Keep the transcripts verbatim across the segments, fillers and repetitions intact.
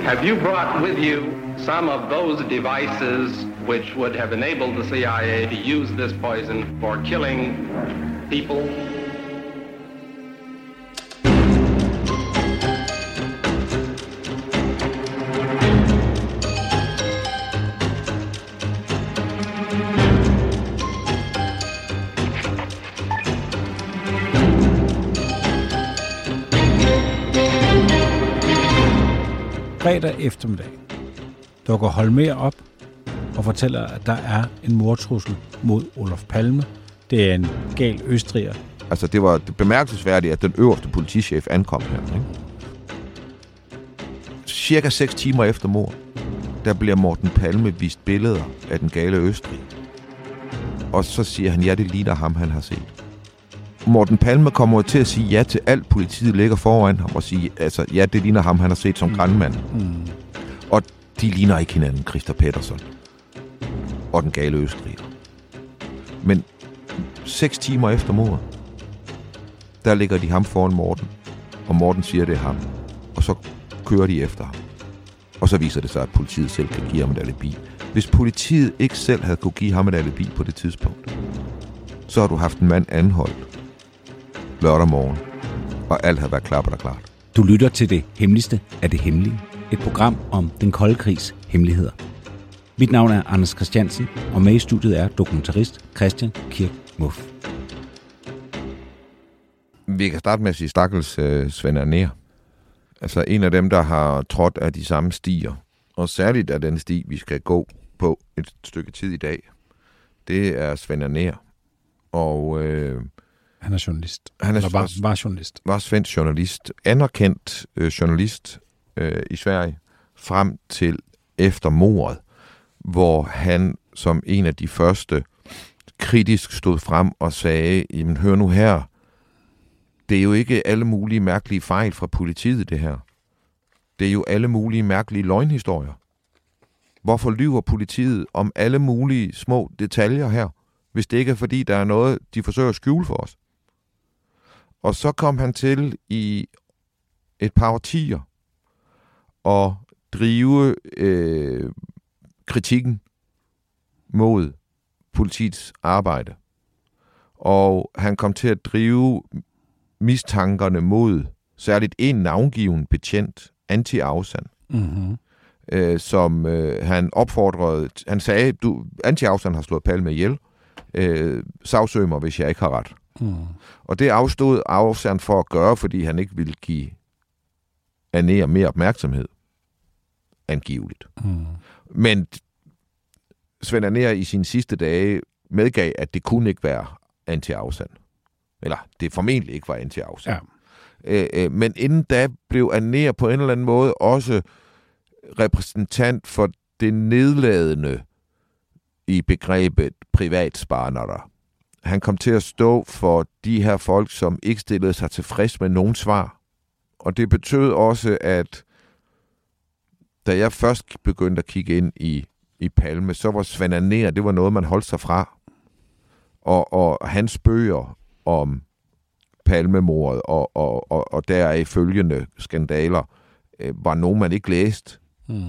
Have you brought with you some of those devices which would have enabled the C I A to use this poison for killing people? Fredag eftermiddag dukker Holmér op og fortæller, at der er en mordtrussel mod Olof Palme. Det er en gal østriger. Altså, det var bemærkelsesværdigt, at den øverste politichef ankom her. Ikke? Cirka seks timer efter mord, der bliver Morten Palme vist billeder af den gale østrig. Og så siger han, ja, det ligner ham, han har set. Morten Palme kommer til at sige ja til alt, politiet ligger foran ham, og sige, altså, ja, det ligner ham, han har set som mm. grandmand. Mm. Og de ligner ikke hinanden, Christer Pettersson og den gale østriger. Men seks timer efter mordet, der ligger de ham foran Morten, og Morten siger, det er ham. Og så kører de efter ham. Og så viser det sig, at politiet selv kan give ham et alibi. Hvis politiet ikke selv havde kunne give ham et alibi på det tidspunkt, så har du haft en mand anholdt lørdag morgen, og alt havde været klappet og klart. Du lytter til Det Hemmeligste af det Hemmelige. Et program om den kolde krigs hemmeligheder. Mit navn er Anders Christiansen, og med i studiet er dokumentarist Christian Kirk Muff. Vi kan starte med at sige stakkels uh, Svend Anér. Altså en af dem, der har trådt af de samme stier, og særligt af den sti, vi skal gå på et stykke tid i dag, det er Svend Anér. Og øh, han er journalist. Han er, Eller var, var journalist. Var svensk journalist. Anerkendt øh, journalist øh, i Sverige frem til efter mordet, hvor han som en af de første kritisk stod frem og sagde, jamen hør nu her, det er jo ikke alle mulige mærkelige fejl fra politiet, det her. Det er jo alle mulige mærkelige løgnhistorier. Hvorfor lyver politiet om alle mulige små detaljer her, hvis det ikke er fordi, der er noget, de forsøger at skjule for os? Og så kom han til i et par årtier at drive øh, kritikken mod politiets arbejde. Og han kom til at drive mistankerne mod særligt en navngiven betjent, Antti Ausand, mm-hmm. øh, som øh, han opfordrede, han sagde, du, Antti Ausand har slået Palme ihjel, øh, sagsøg mig, hvis jeg ikke har ret. Mm. Og det afstod Ausand for at gøre, fordi han ikke ville give Anér mere opmærksomhed, angiveligt. Mm. Men Svend Anér i sine sidste dage medgav, at det kunne ikke være Antti Ausand. Eller det formentlig ikke var Antti Ausand. Ja. Øh, øh, men inden da blev Anér på en eller anden måde også repræsentant for det nedladende i begrebet privatspanere. Han kom til at stå for de her folk, som ikke stillede sig tilfreds med nogen svar. Og det betød også, at da jeg først begyndte at kigge ind i, i Palme, så var Svend Anér, det var noget, man holdt sig fra. Og, og hans bøger om Palmemordet og, og, og, og deraf følgende skandaler, øh, var nogen, man ikke læste. Mm.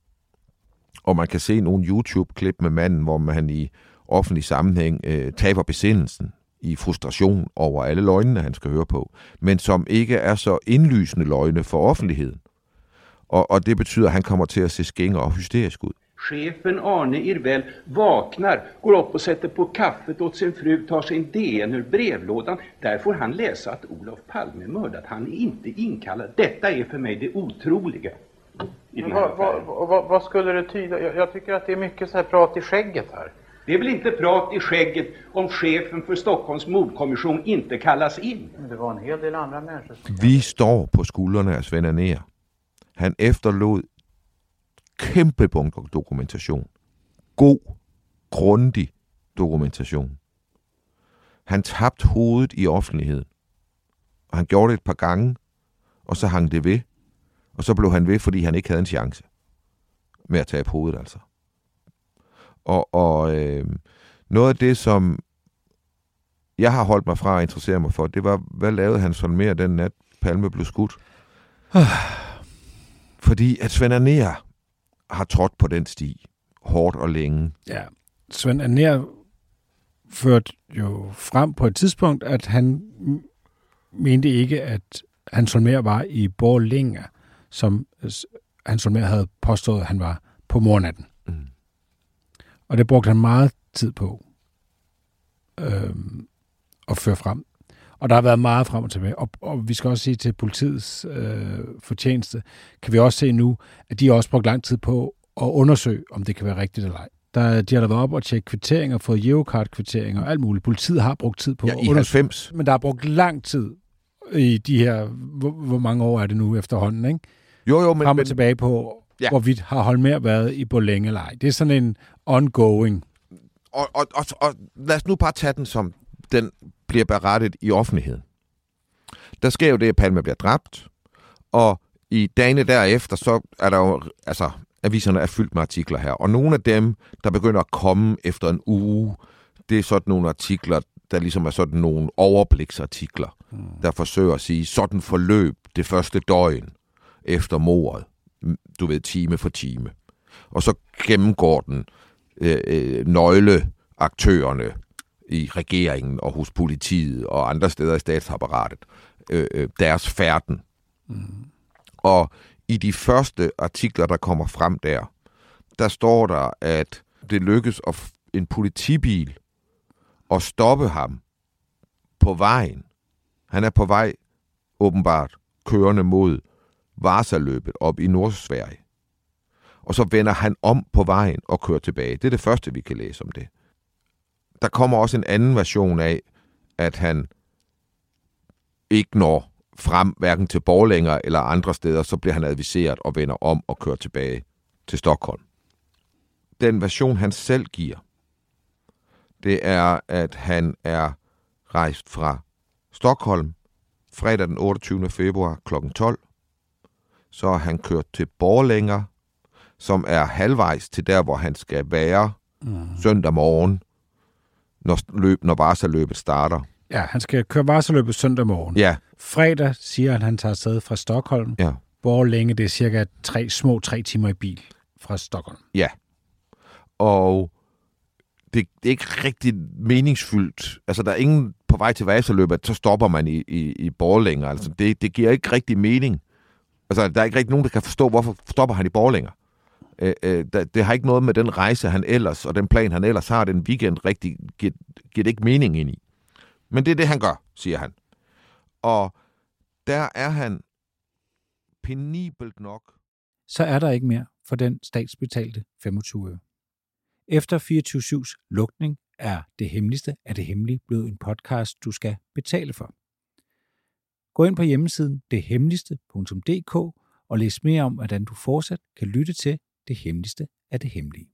Og man kan se nogle YouTube-klip med manden, hvor man i offentlig sammenhæng øh, taber besindelsen i frustration over alle løgnene, han skal høre på, men som ikke er så indlysende løgne for offentligheden. Og, og det betyder, at han kommer til at se skænger og hysterisk ud. Chefen Arne Irvel vaknar, går upp och sätter på kaffet åt sin fru, tar sin D N ur brevlådan. Där får han läsa att Olof Palme mördat. Han är inte inkallad. Detta är för mig det otroliga. Vad, vad, vad, vad skulle det tyda? Jag, jag tycker att det är mycket så här prat i skägget här. Det är väl inte prat i skägget om chefen för Stockholms mordkommission inte kallas in. Det var en hel del andra människor. Vi står på skuldrene af Svend Anér. Han efterlod kæmpe bunker dokumentation. God, grundig dokumentation. Han tabte hovedet i offentligheden. Og han gjorde det et par gange, og så hang det ved. Og så blev han ved, fordi han ikke havde en chance med at tabe hovedet, altså. Og, og øh, noget af det, som jeg har holdt mig fra at interessere mig for, det var, hvad lavede han sådan mere den nat, Palme blev skudt? Fordi at Svend Anér har trådt på den sti hårdt og længe. Ja, Svend Anér førte jo frem på et tidspunkt, at han mente ikke, at Hans Holmér var i Borlänge, som Hans Holmér havde påstået, at han var på mornatten. Mm. Og det brugte han meget tid på øh, at føre frem. Og der har været meget frem og tilbage. Og, og vi skal også sige til politiets øh, fortjeneste, kan vi også se nu, at de har også brugt lang tid på at undersøge, om det kan være rigtigt eller ej. Der, de har da været op og tjekke kvitteringer, fået Eurocard-kvitteringer og alt muligt. Politiet har brugt tid på ja, at i undersøge. halvfems. Men der er brugt lang tid i de her, hvor, hvor mange år er det nu efterhånden, ikke? Jo, jo, men... Frem og men, tilbage på, ja. Hvorvidt har Holmér været i Borlänge eller ej. Det er sådan en ongoing. Og, og, og, og lad os nu bare tage den, som den bliver berettet i offentligheden. Der sker jo det, at Palme bliver dræbt, og i dagene derefter, så er der jo, altså, aviserne er fyldt med artikler her, og nogle af dem, der begynder at komme efter en uge, det er sådan nogle artikler, der ligesom er sådan nogle overbliksartikler, mm. der forsøger at sige, sådan forløb det første døgn efter mordet, du ved, time for time. Og så gennemgår den øh, øh, nøgleaktørerne i regeringen og hos politiet og andre steder i statsapparatet, øh, øh, deres færden. Mm. Og i de første artikler, der kommer frem der, der står der, at det lykkes at en politibil at stoppe ham på vejen. Han er på vej, åbenbart, kørende mod Vasaløbet op i Nordsverige. Og så vender han om på vejen og kører tilbage. Det er det første, vi kan læse om det. Der kommer også en anden version af, at han ikke når frem, hverken til Borlänge eller andre steder, så bliver han adviseret og vender om og kører tilbage til Stockholm. Den version, han selv giver, det er, at han er rejst fra Stockholm fredag den otteogtyvende februar klokken tolv. Så er han kørt til Borlänge, som er halvvejs til der, hvor han skal være mm. søndag morgen, når, løb, når Vasaløbet starter. Ja, han skal køre Vasaløbet søndag morgen. Ja. Fredag siger han, at han tager afsted fra Stockholm. Ja. Borlänge, det er cirka tre, små tre timer i bil fra Stockholm. Ja. Og det, det er ikke rigtig meningsfyldt. Altså, der er ingen på vej til Vasaløbet, så stopper man i, i, i Borlänge. Altså, det, det giver ikke rigtig mening. Altså, der er ikke rigtig nogen, der kan forstå, hvorfor stopper han i Borlänge. Øh, øh, det, det har ikke noget med den rejse, han ellers, og den plan, han ellers har den weekend, rigtig giver, giver det ikke mening ind i. Men det er det, han gør, siger han. Og der er han penibelt nok. Så er der ikke mere for den statsbetalte femogtyve øre. Efter fireogtyve syvs lukning er Det Hemmeligste af det Hemmelige blevet en podcast, du skal betale for. Gå ind på hjemmesiden det hemmeligste punktum d k og læs mere om, hvordan du fortsat kan lytte til Det Hemmeligste af det Hemmelige.